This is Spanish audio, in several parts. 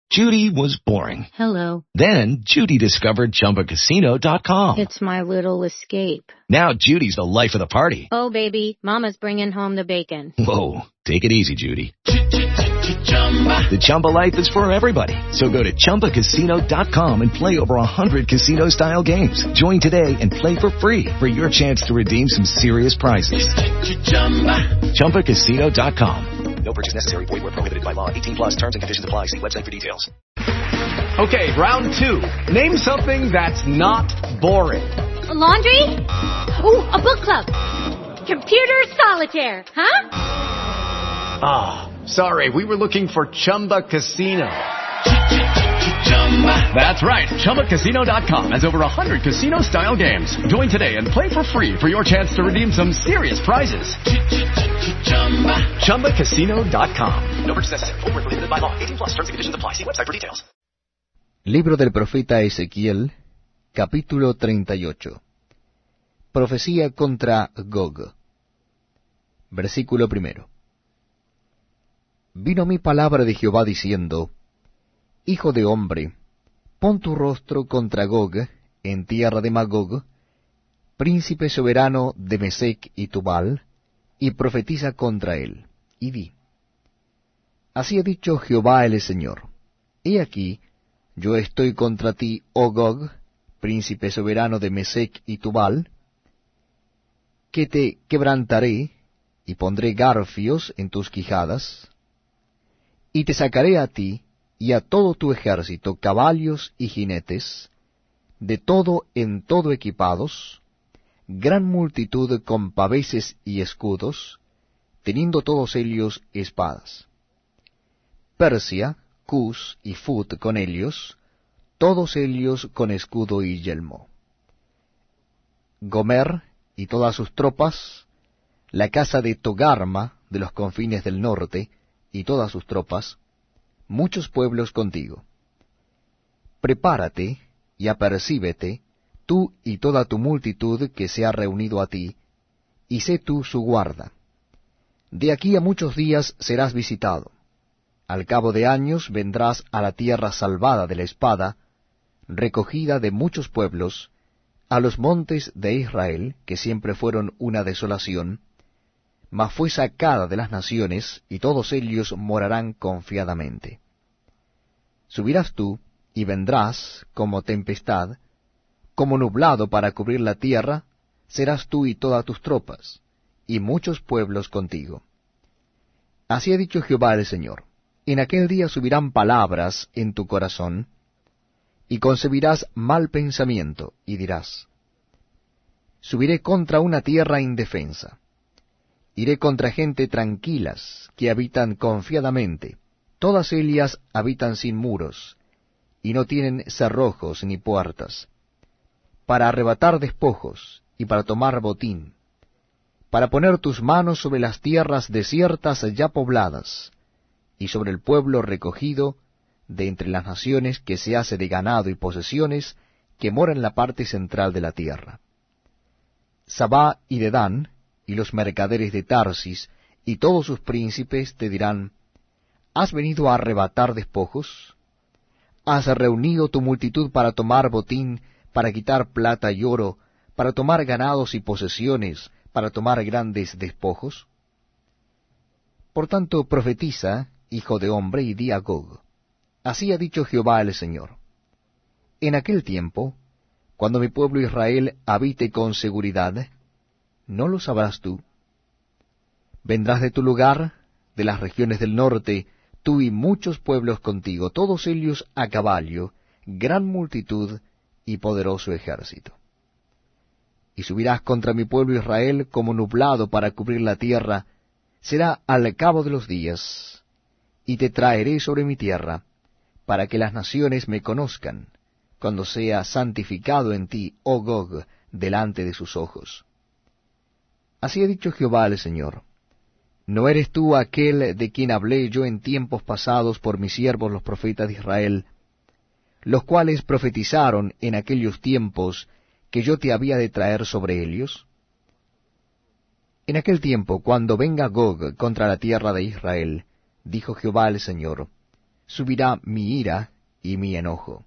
Judy was boring. Hello. Then Judy discovered ChumbaCasino.com. It's my little escape. Now Judy's the life of the party. Oh, baby, mama's bringing home the bacon. Whoa, take it easy, Judy. The Chumba life is for everybody. So go to ChumbaCasino.com and play over 100 casino-style games. Join today and play for free for your chance to redeem some serious prizes. ChumbaCasino.com. No purchase necessary. Void where prohibited by law. 18 plus terms and conditions apply. See website for details. Okay, round two. Name something that's not boring. A laundry? Ooh, a book club. Computer solitaire, huh? Ah, sorry, we were looking for Chumba Casino. That's right, ChumbaCasino.com has over 100 casino-style games. Join today and play for free for your chance to redeem some serious prizes. ChumbaCasino.com. No purchase necessary. Void where prohibited by law. 18 plus terms and conditions apply. See website for details. Libro del profeta Ezequiel, capítulo 38. Profecía contra Gog. Versículo 1. Vino mi palabra de Jehová diciendo: Hijo de hombre, pon tu rostro contra Gog, en tierra de Magog, príncipe soberano de Mesec y Tubal, y profetiza contra él, y di: Así ha dicho Jehová el Señor: He aquí, yo estoy contra ti, oh Gog, príncipe soberano de Mesec y Tubal, que te quebrantaré, y pondré garfios en tus quijadas, y te sacaré a ti, y a todo tu ejército, caballos y jinetes, de todo en todo equipados, gran multitud con paveses y escudos, teniendo todos ellos espadas. Persia, Cus y Fut con ellos, todos ellos con escudo y yelmo. Gomer y todas sus tropas, la casa de Togarma de los confines del norte, y todas sus tropas, muchos pueblos contigo. Prepárate y apercíbete, tú y toda tu multitud que se ha reunido a ti, y sé tú su guarda. De aquí a muchos días serás visitado. Al cabo de años vendrás a la tierra salvada de la espada, recogida de muchos pueblos, a los montes de Israel, que siempre fueron una desolación, mas fue sacada de las naciones, y todos ellos morarán confiadamente. Subirás tú, y vendrás, como tempestad, como nublado para cubrir la tierra, serás tú y todas tus tropas, y muchos pueblos contigo. Así ha dicho Jehová el Señor: En aquel día subirán palabras en tu corazón, y concebirás mal pensamiento, y dirás: Subiré contra una tierra indefensa. Iré contra gente tranquilas, que habitan confiadamente. Todas ellas habitan sin muros, y no tienen cerrojos ni puertas, para arrebatar despojos, y para tomar botín, para poner tus manos sobre las tierras desiertas ya pobladas, y sobre el pueblo recogido de entre las naciones que se hace de ganado y posesiones, que mora en la parte central de la tierra. Sabá y Dedán, y los mercaderes de Tarsis, y todos sus príncipes te dirán: ¿Has venido a arrebatar despojos? ¿Has reunido tu multitud para tomar botín, para quitar plata y oro, para tomar ganados y posesiones, para tomar grandes despojos? Por tanto, profetiza, hijo de hombre, y di a Gog: Así ha dicho Jehová el Señor: En aquel tiempo, cuando mi pueblo Israel habite con seguridad, ¿no lo sabrás tú? Vendrás de tu lugar, de las regiones del norte, tú y muchos pueblos contigo, todos ellos a caballo, gran multitud y poderoso ejército. Y subirás contra mi pueblo Israel como nublado para cubrir la tierra, será al cabo de los días, y te traeré sobre mi tierra, para que las naciones me conozcan, cuando sea santificado en ti, oh Gog, delante de sus ojos. Así ha dicho Jehová el Señor: ¿No eres tú aquel de quien hablé yo en tiempos pasados por mis siervos los profetas de Israel, los cuales profetizaron en aquellos tiempos que yo te había de traer sobre ellos? En aquel tiempo, cuando venga Gog contra la tierra de Israel, dijo Jehová el Señor, subirá mi ira y mi enojo.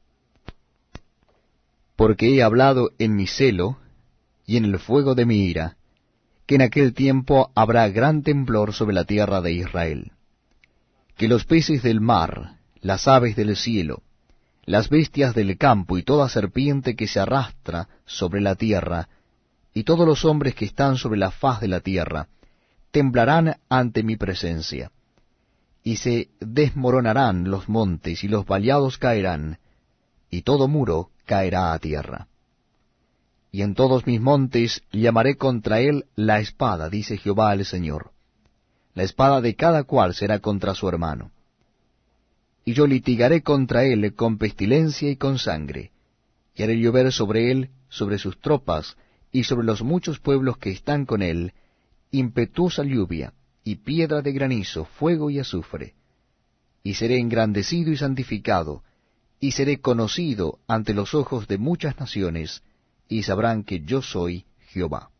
Porque he hablado en mi celo y en el fuego de mi ira, que en aquel tiempo habrá gran temblor sobre la tierra de Israel, que los peces del mar, las aves del cielo, las bestias del campo y toda serpiente que se arrastra sobre la tierra, y todos los hombres que están sobre la faz de la tierra, temblarán ante mi presencia, y se desmoronarán los montes y los vallados caerán, y todo muro caerá a tierra. Y en todos mis montes llamaré contra él la espada, dice Jehová el Señor. La espada de cada cual será contra su hermano. Y yo litigaré contra él con pestilencia y con sangre, y haré llover sobre él, sobre sus tropas, y sobre los muchos pueblos que están con él, impetuosa lluvia, y piedra de granizo, fuego y azufre. Y seré engrandecido y santificado, y seré conocido ante los ojos de muchas naciones, y sabrán que yo soy Jehová.